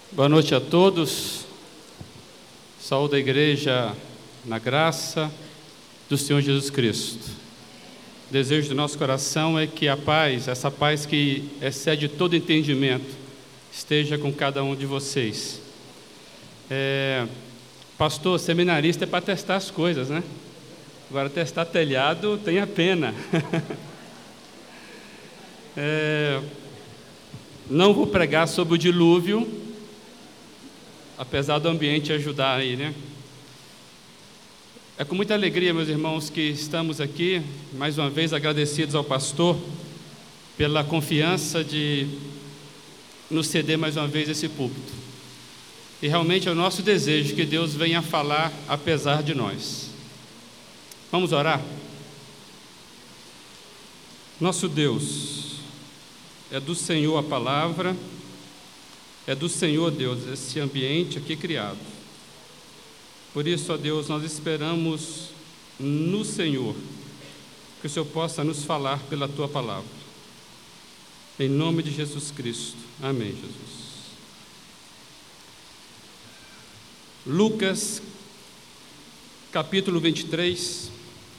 Boa noite a todos. Saúde a igreja na graça do Senhor Jesus Cristo. O desejo do nosso coração é que a paz, essa paz que excede todo entendimento, esteja com cada um de vocês. Pastor, seminarista é para testar as coisas, né? Agora testar telhado tem a pena. Não vou pregar sobre o dilúvio, apesar do ambiente ajudar aí, né? É com muita alegria, meus irmãos, que estamos aqui, mais uma vez agradecidos ao pastor pela confiança de nos ceder mais uma vez esse púlpito. E realmente é o nosso desejo que Deus venha falar apesar de nós. Vamos orar? Nosso Deus, é do Senhor a palavra, é do Senhor, Deus, esse ambiente aqui criado. Por isso, ó Deus, nós esperamos no Senhor, que o Senhor possa nos falar pela Tua palavra. Em nome de Jesus Cristo. Amém, Jesus. Lucas, capítulo 23.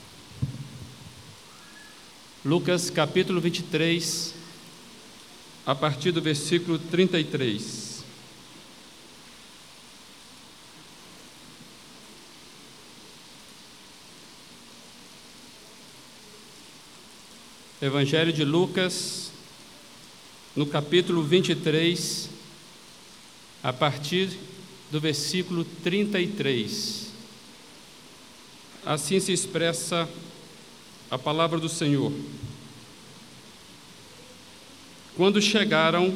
Lucas, capítulo 23, a partir do versículo 33. Evangelho de Lucas, no capítulo 23, a partir do versículo 33. Assim se expressa a palavra do Senhor. Quando chegaram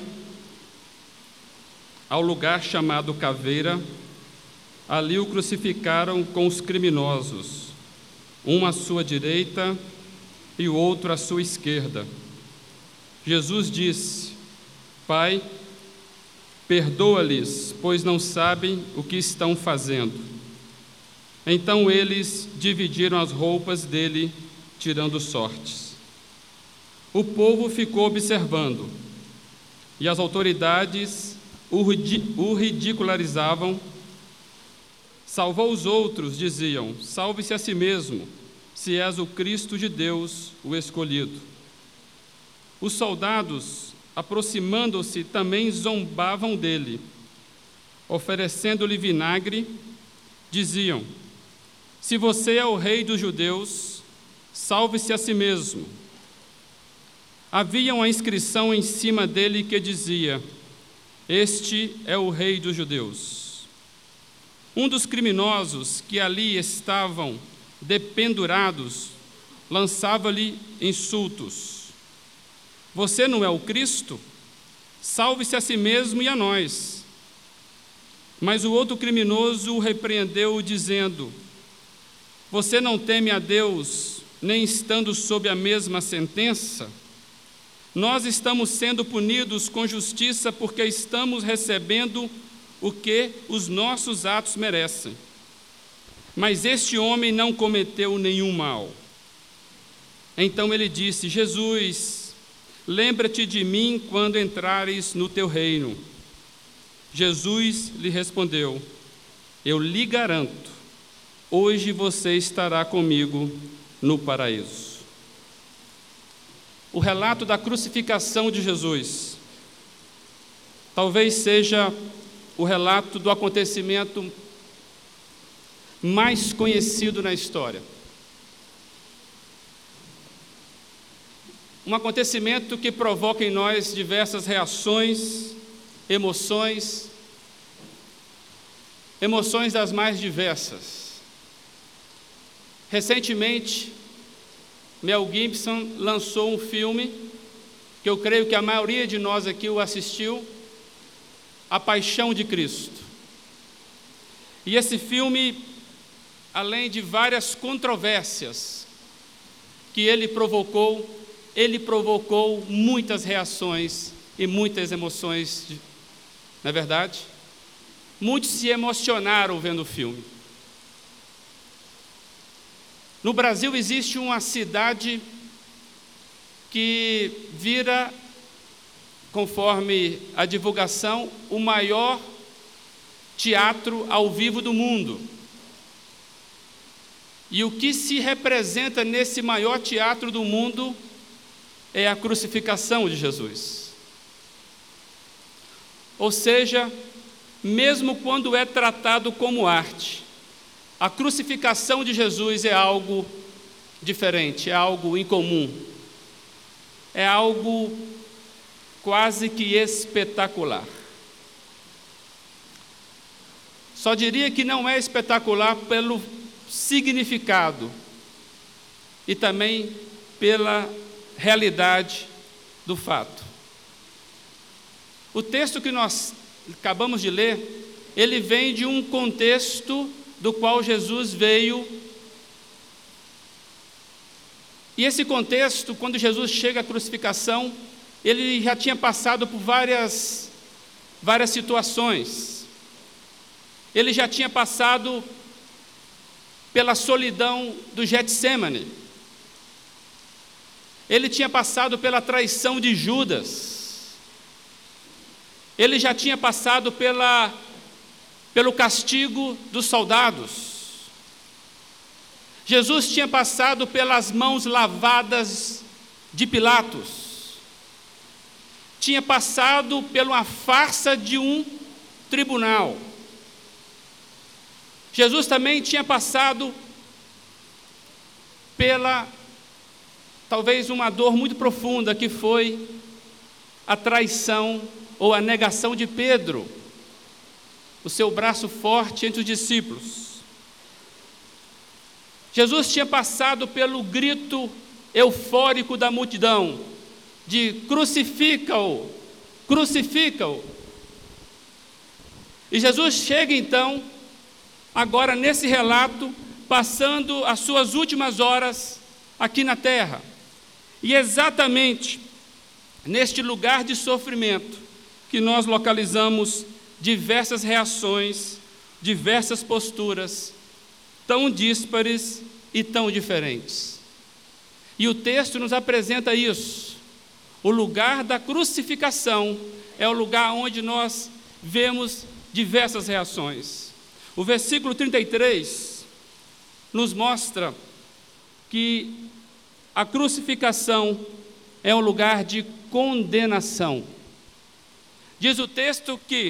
ao lugar chamado Caveira, ali o crucificaram com os criminosos, um à sua direita e o outro à sua esquerda. Jesus disse: Pai, perdoa-lhes, pois não sabem o que estão fazendo. Então eles dividiram as roupas dele, tirando sortes. O povo ficou observando, e as autoridades o ridicularizavam. Salvou os outros, diziam: salve-se a si mesmo, se és o Cristo de Deus, o escolhido. Os soldados, aproximando-se, também zombavam dele. Oferecendo-lhe vinagre, diziam: se você é o rei dos judeus, salve-se a si mesmo. Havia uma inscrição em cima dele que dizia: este é o rei dos judeus. Um dos criminosos que ali estavam dependurados lançava-lhe insultos: você não é o Cristo? Salve-se a si mesmo e a nós. Mas o outro criminoso o repreendeu, dizendo: você não teme a Deus, nem estando sob a mesma sentença? Nós estamos sendo punidos com justiça porque estamos recebendo o que os nossos atos merecem. Mas este homem não cometeu nenhum mal. Então ele disse: Jesus, lembra-te de mim quando entrares no teu reino. Jesus lhe respondeu: eu lhe garanto, hoje você estará comigo no paraíso. O relato da crucificação de Jesus talvez seja o relato do acontecimento mais conhecido na história. Um acontecimento que provoca em nós diversas reações, emoções das mais diversas. Recentemente, Mel Gibson lançou um filme, que eu creio que a maioria de nós aqui o assistiu, A Paixão de Cristo. E esse filme, além de várias controvérsias que ele provocou muitas reações e muitas emoções, não é verdade? Muitos se emocionaram vendo o filme. No Brasil existe uma cidade que vira, conforme a divulgação, o maior teatro ao vivo do mundo. E o que se representa nesse maior teatro do mundo é a crucificação de Jesus. Ou seja, mesmo quando é tratado como arte, a crucificação de Jesus é algo diferente, é algo incomum, é algo quase que espetacular. Só diria que não é espetacular pelo significado e também pela realidade do fato. O texto que nós acabamos de ler, ele vem de um contexto do qual Jesus veio. E esse contexto, quando Jesus chega à crucificação, ele já tinha passado por várias situações. Ele já tinha passado pela solidão do Getsêmani. Ele tinha passado pela traição de Judas. Ele já tinha passado pelo castigo dos soldados. Jesus tinha passado pelas mãos lavadas de Pilatos. Tinha passado pela farsa de um tribunal. Jesus também tinha passado pela, talvez, uma dor muito profunda, que foi a traição ou a negação de Pedro, o seu braço forte entre os discípulos. Jesus tinha passado pelo grito eufórico da multidão, de crucifica-o, crucifica-o. E Jesus chega então, agora nesse relato, passando as suas últimas horas aqui na terra. E exatamente neste lugar de sofrimento que nós localizamos diversas reações, diversas posturas, tão díspares e tão diferentes. E o texto nos apresenta isso. O lugar da crucificação é o lugar onde nós vemos diversas reações. O versículo 33 nos mostra que a crucificação é um lugar de condenação. Diz o texto que,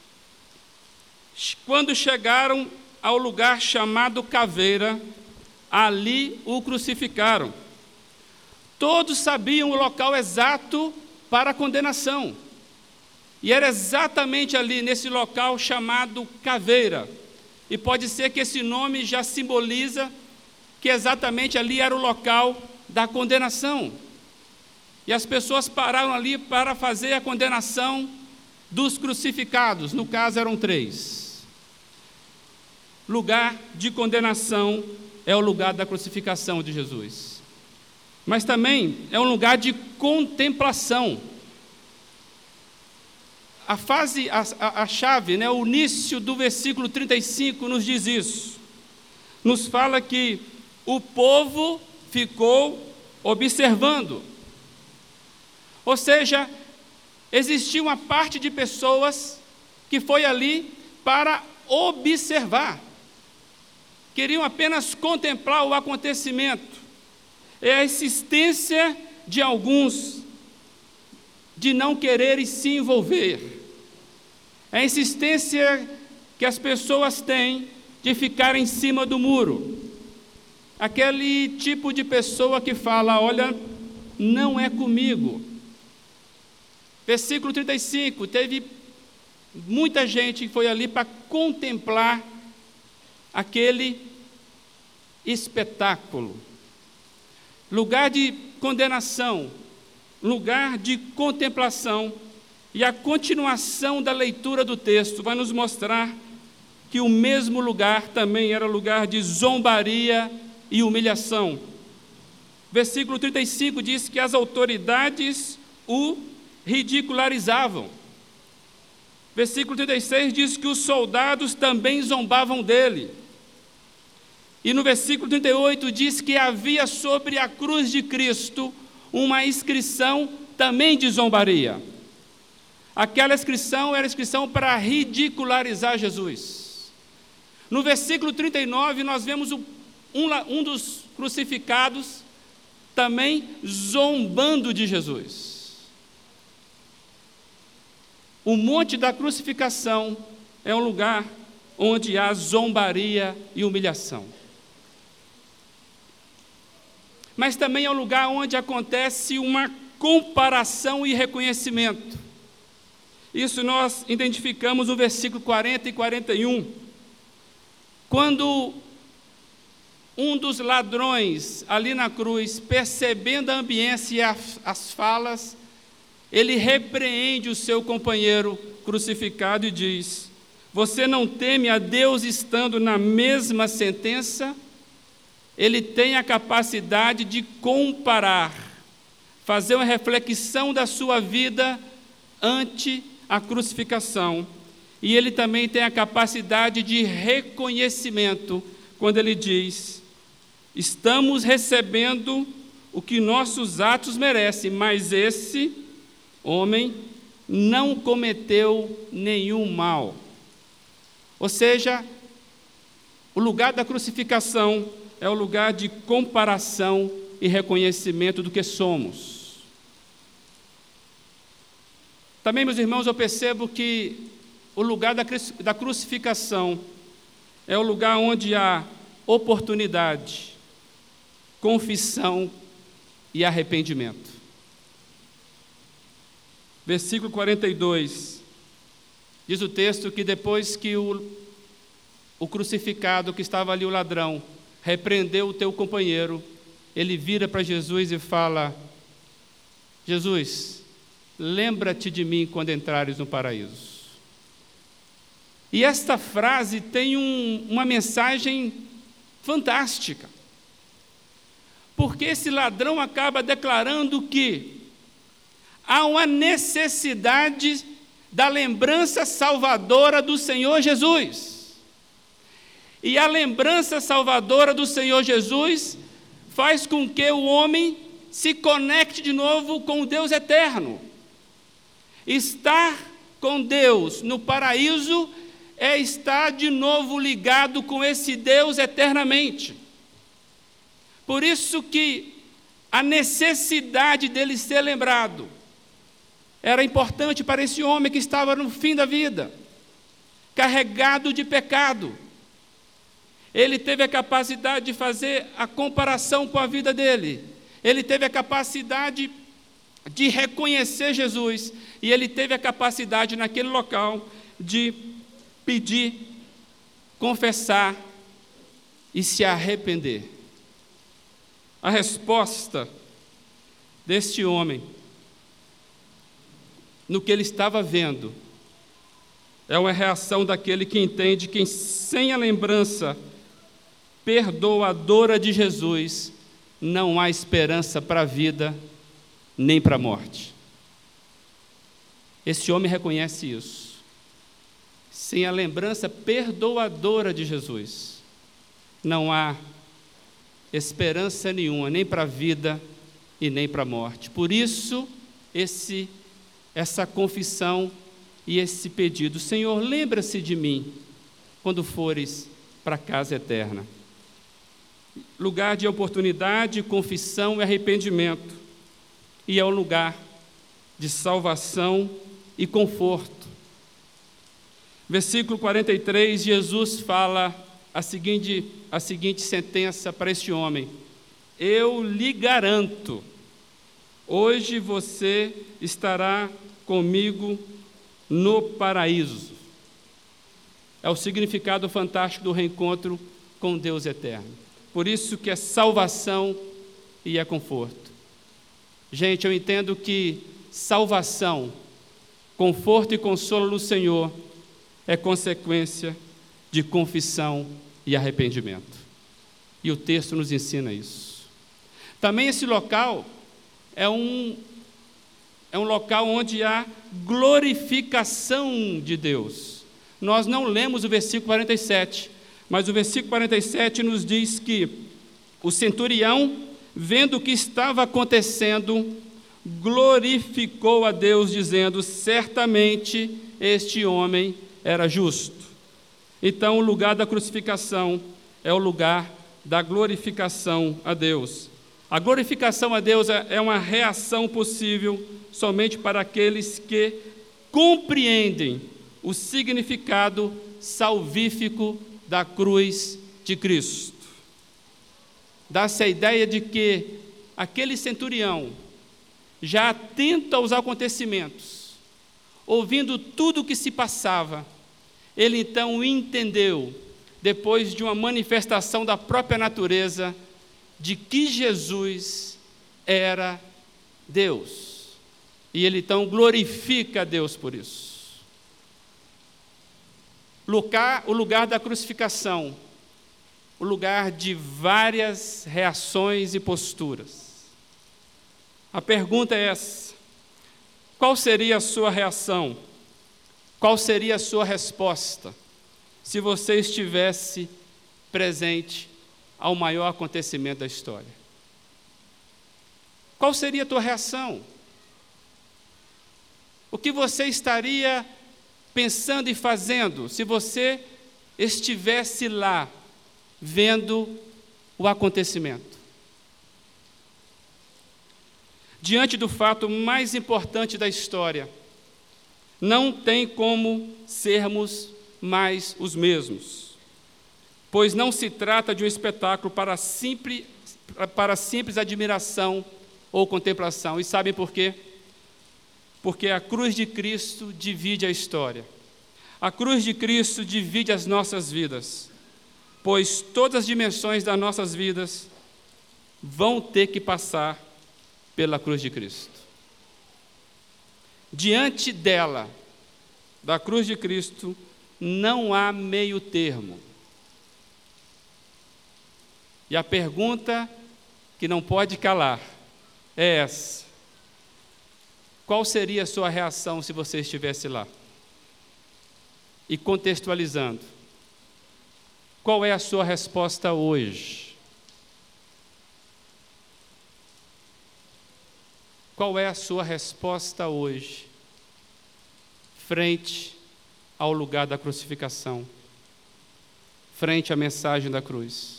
quando chegaram ao lugar chamado Caveira, ali o crucificaram. Todos sabiam o local exato para a condenação. E era exatamente ali, nesse local chamado Caveira. E pode ser que esse nome já simboliza que exatamente ali era o local da condenação. E as pessoas pararam ali para fazer a condenação dos crucificados. No caso, eram 3. Lugar de condenação é o lugar da crucificação de Jesus. Mas também é um lugar de contemplação. A chave, o início do versículo 35 nos diz isso. Nos fala que o povo ficou observando. Ou seja, existia uma parte de pessoas que foi ali para observar. Queriam apenas contemplar o acontecimento. É a insistência de alguns de não quererem se envolver. É a insistência que as pessoas têm de ficar em cima do muro. Aquele tipo de pessoa que fala, olha, não é comigo. Versículo 35, teve muita gente que foi ali para contemplar aquele espetáculo. Lugar de condenação, lugar de contemplação. E a continuação da leitura do texto vai nos mostrar que o mesmo lugar também era lugar de zombaria e humilhação. Versículo 35 diz que as autoridades o ridicularizavam. Versículo 36 diz que os soldados também zombavam dele. E no versículo 38 diz que havia sobre a cruz de Cristo uma inscrição também de zombaria. Aquela inscrição era inscrição para ridicularizar Jesus. No versículo 39, nós vemos um dos crucificados também zombando de Jesus. O monte da crucificação é um lugar onde há zombaria e humilhação. Mas também é um lugar onde acontece uma comparação e reconhecimento. Isso nós identificamos no versículo 40 e 41, quando um dos ladrões ali na cruz, percebendo a ambiência e as falas, ele repreende o seu companheiro crucificado e diz: você não teme a Deus estando na mesma sentença? Ele tem a capacidade de comparar, fazer uma reflexão da sua vida ante a crucificação. E ele também tem a capacidade de reconhecimento, quando ele diz: estamos recebendo o que nossos atos merecem, mas esse homem não cometeu nenhum mal. Ou seja, o lugar da crucificação é o lugar de comparação e reconhecimento do que somos. Também, meus irmãos, eu percebo que o lugar da crucificação é o lugar onde há oportunidade, confissão e arrependimento. Versículo 42, diz o texto que depois que o crucificado, que estava ali, o ladrão, repreendeu o teu companheiro, ele vira para Jesus e fala: Jesus, lembra-te de mim quando entrares no paraíso. E esta frase tem uma mensagem fantástica, porque esse ladrão acaba declarando que há uma necessidade da lembrança salvadora do Senhor Jesus. E a lembrança salvadora do Senhor Jesus faz com que o homem se conecte de novo com o Deus eterno. Estar com Deus no paraíso é estar de novo ligado com esse Deus eternamente. Por isso que a necessidade dele ser lembrado era importante para esse homem que estava no fim da vida, carregado de pecado. Ele teve a capacidade de fazer a comparação com a vida dele. Ele teve a capacidade de reconhecer Jesus. E ele teve a capacidade, naquele local, de pedir, confessar e se arrepender. A resposta deste homem, no que ele estava vendo, é uma reação daquele que entende que sem a lembrança perdoadora de Jesus, não há esperança para a vida, nem para a morte. Esse homem reconhece isso. Sem a lembrança perdoadora de Jesus, não há esperança nenhuma, nem para a vida e nem para a morte. Por isso, essa confissão e esse pedido: Senhor, lembra-se de mim quando fores para a casa eterna. Lugar de oportunidade, confissão e arrependimento. E é um lugar de salvação e conforto. Versículo 43, Jesus fala a seguinte sentença para este homem: eu lhe garanto, hoje você estará comigo no paraíso. É o significado fantástico do reencontro com Deus eterno. Por isso que é salvação e é conforto. Gente, eu entendo que salvação, conforto e consolo no Senhor é consequência de confissão e arrependimento. E o texto nos ensina isso. Também esse local é um local onde há glorificação de Deus. Nós não lemos o versículo 47, mas o versículo 47 nos diz que o centurião, vendo o que estava acontecendo, glorificou a Deus, dizendo: certamente este homem era justo. Então, o lugar da crucificação é o lugar da glorificação a Deus. A glorificação a Deus é uma reação possível somente para aqueles que compreendem o significado salvífico da cruz de Cristo. Dá-se a ideia de que aquele centurião, já atento aos acontecimentos, ouvindo tudo o que se passava, ele então entendeu, depois de uma manifestação da própria natureza, de que Jesus era Deus. E ele então glorifica a Deus por isso. O lugar da crucificação, o lugar de várias reações e posturas. A pergunta é essa: qual seria a sua reação? Qual seria a sua resposta se você estivesse presente ao maior acontecimento da história? Qual seria a tua reação? O que você estaria pensando e fazendo se você estivesse lá vendo o acontecimento? Diante do fato mais importante da história, não tem como sermos mais os mesmos, pois não se trata de um espetáculo para simples admiração ou contemplação. E sabem por quê? Porque a cruz de Cristo divide a história. A cruz de Cristo divide as nossas vidas, pois todas as dimensões das nossas vidas vão ter que passar pela cruz de Cristo. Diante dela, da cruz de Cristo, não há meio termo. E a pergunta que não pode calar é essa: qual seria a sua reação se você estivesse lá? E contextualizando, qual é a sua resposta hoje? Qual é a sua resposta hoje, frente ao lugar da crucificação, frente à mensagem da cruz?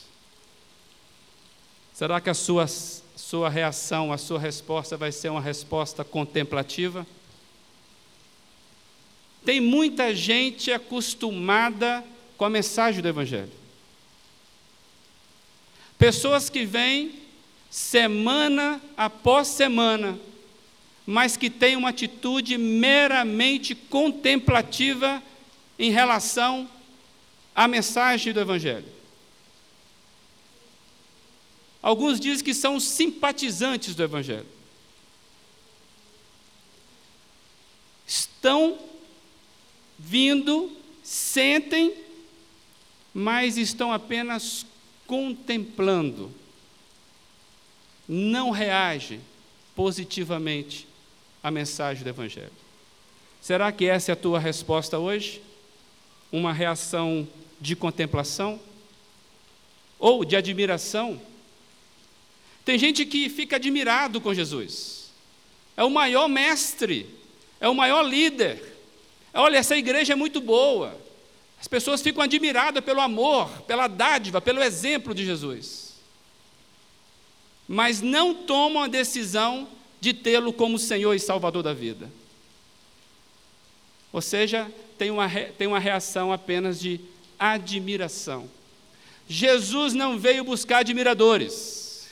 Será que a sua reação, a sua resposta vai ser uma resposta contemplativa? Tem muita gente acostumada com a mensagem do Evangelho. Pessoas que vêm semana após semana, mas que têm uma atitude meramente contemplativa em relação à mensagem do Evangelho. Alguns dizem que são simpatizantes do Evangelho. Estão vindo, sentem, mas estão apenas contemplando. Não reagem positivamente à mensagem do Evangelho. Será que essa é a tua resposta hoje? Uma reação de contemplação? Ou de admiração? Tem gente que fica admirado com Jesus. É o maior mestre, é o maior líder. Olha, essa igreja é muito boa. As pessoas ficam admiradas pelo amor, pela dádiva, pelo exemplo de Jesus. Mas não tomam a decisão de tê-lo como Senhor e Salvador da vida. Ou seja, tem uma reação apenas de admiração. Jesus não veio buscar admiradores.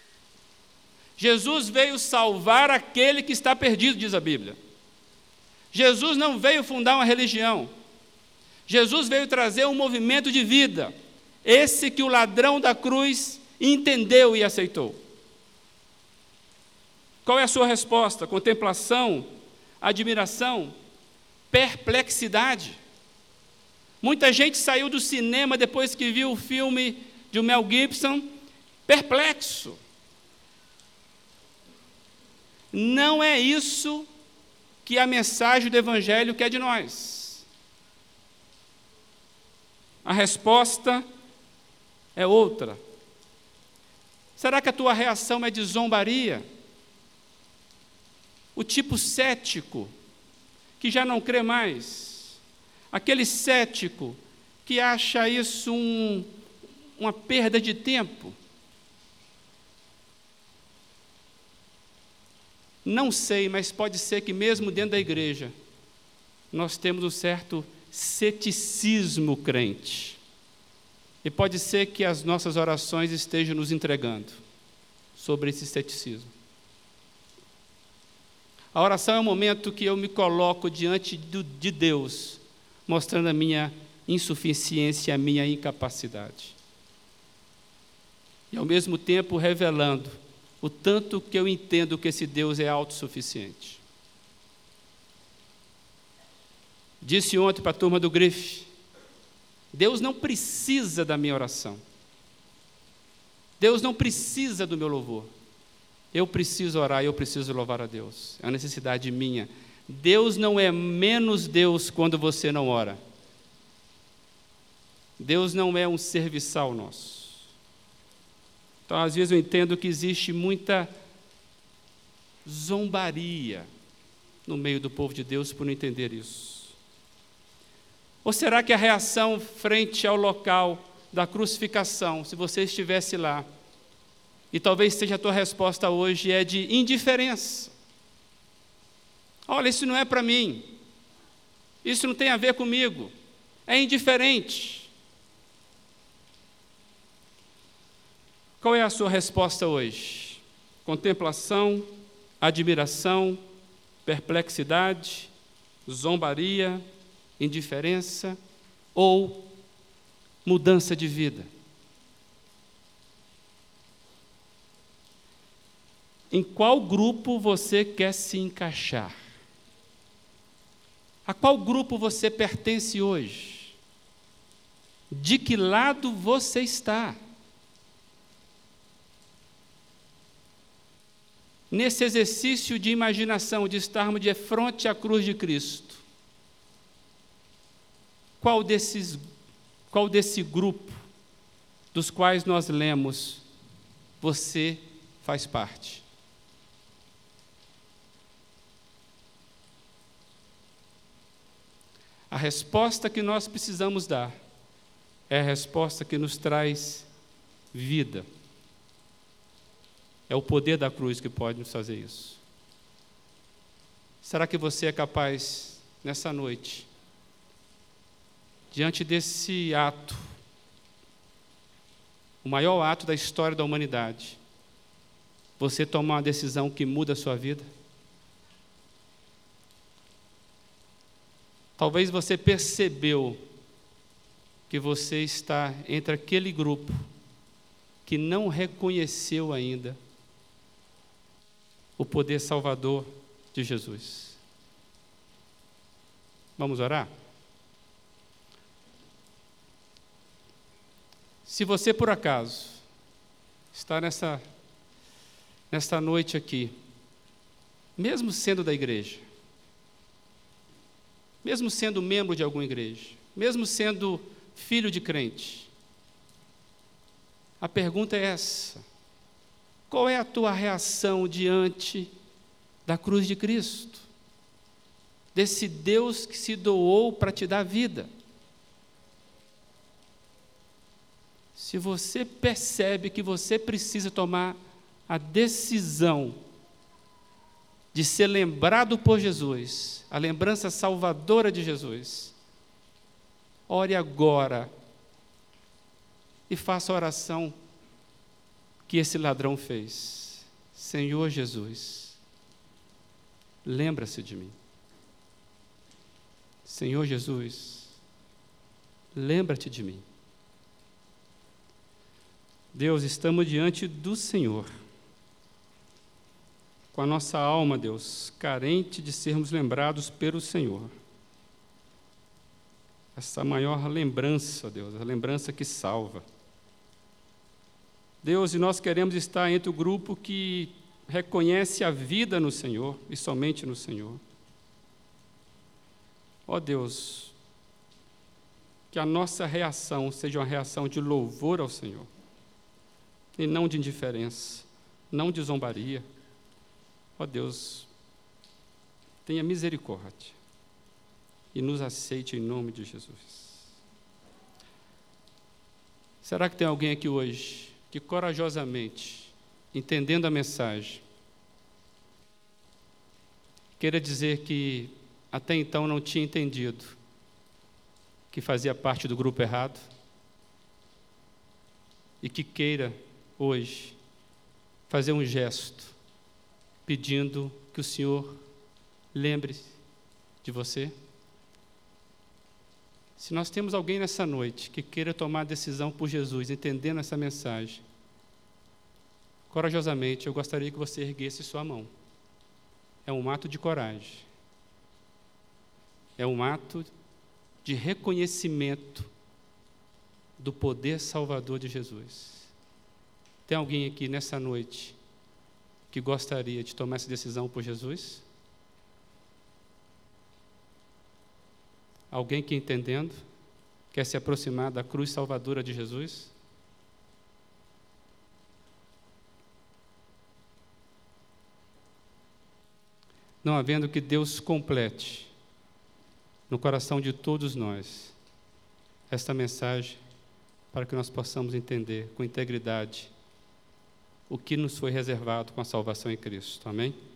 Jesus veio salvar aquele que está perdido, diz a Bíblia. Jesus não veio fundar uma religião. Jesus veio trazer um movimento de vida, esse que o ladrão da cruz entendeu e aceitou. Qual é a sua resposta? Contemplação? Admiração? Perplexidade? Muita gente saiu do cinema depois que viu o filme de Mel Gibson, perplexo. Não é isso que a mensagem do Evangelho quer de nós. A resposta é outra. Será que a tua reação é de zombaria? o tipo cético, que já não crê mais, aquele cético que acha isso uma perda de tempo. Não sei, mas pode ser que mesmo dentro da igreja, nós temos um certo ceticismo crente. E pode ser que as nossas orações estejam nos entregando sobre esse ceticismo. A oração é um momento que eu me coloco diante de Deus, mostrando a minha insuficiência, a minha incapacidade. E ao mesmo tempo revelando o tanto que eu entendo que esse Deus é autossuficiente. Disse ontem para a turma do Grife, Deus não precisa da minha oração. Deus não precisa do meu louvor. Eu preciso orar, eu preciso louvar a Deus. É uma necessidade minha. Deus não é menos Deus quando você não ora. Deus não é um serviçal nosso. Então, às vezes eu entendo que existe muita zombaria no meio do povo de Deus por não entender isso. Ou será que a reação frente ao local da crucificação, se você estivesse lá, e talvez seja a tua resposta hoje, é de indiferença? Olha, isso não é para mim, isso não tem a ver comigo, é indiferente. Qual é a sua resposta hoje? Contemplação, admiração, perplexidade, zombaria, indiferença ou mudança de vida? Em qual grupo você quer se encaixar? A qual grupo você pertence hoje? De que lado você está? Nesse exercício de imaginação, de estarmos de frente à cruz de Cristo, qual desse grupo dos quais nós lemos você faz parte? A resposta que nós precisamos dar é a resposta que nos traz vida. É o poder da cruz que pode nos fazer isso. Será que você é capaz, nessa noite, diante desse ato, o maior ato da história da humanidade, você tomar uma decisão que muda a sua vida? Talvez você percebeu que você está entre aquele grupo que não reconheceu ainda o poder salvador de Jesus. Vamos orar? Se você, por acaso, está nesta noite aqui, mesmo sendo da igreja, mesmo sendo membro de alguma igreja, mesmo sendo filho de crente, a pergunta é essa: qual é a tua reação diante da cruz de Cristo? Desse Deus que se doou para te dar vida? Se você percebe que você precisa tomar a decisão de ser lembrado por Jesus, a lembrança salvadora de Jesus, ore agora e faça a oração que esse ladrão fez. Senhor Jesus, lembra-se de mim. Senhor Jesus, lembra-te de mim. Deus, estamos diante do Senhor, com a nossa alma, Deus, carente de sermos lembrados pelo Senhor. Essa maior lembrança, Deus, a lembrança que salva. Deus, e nós queremos estar entre o grupo que reconhece a vida no Senhor e somente no Senhor. Ó Deus, que a nossa reação seja uma reação de louvor ao Senhor, e não de indiferença, não de zombaria. Ó Deus, tenha misericórdia e nos aceite em nome de Jesus. Será que tem alguém aqui hoje que corajosamente, entendendo a mensagem, queira dizer que até então não tinha entendido que fazia parte do grupo errado e que queira hoje fazer um gesto pedindo que o Senhor lembre-se de você? Se nós temos alguém nessa noite que queira tomar a decisão por Jesus, entendendo essa mensagem, corajosamente eu gostaria que você erguesse sua mão. É um ato de coragem. É um ato de reconhecimento do poder salvador de Jesus. Tem alguém aqui nessa noite que gostaria de tomar essa decisão por Jesus? Alguém que, entendendo, quer se aproximar da cruz salvadora de Jesus? Não havendo que Deus complete no coração de todos nós esta mensagem, para que nós possamos entender com integridade o que nos foi reservado com a salvação em Cristo. Amém?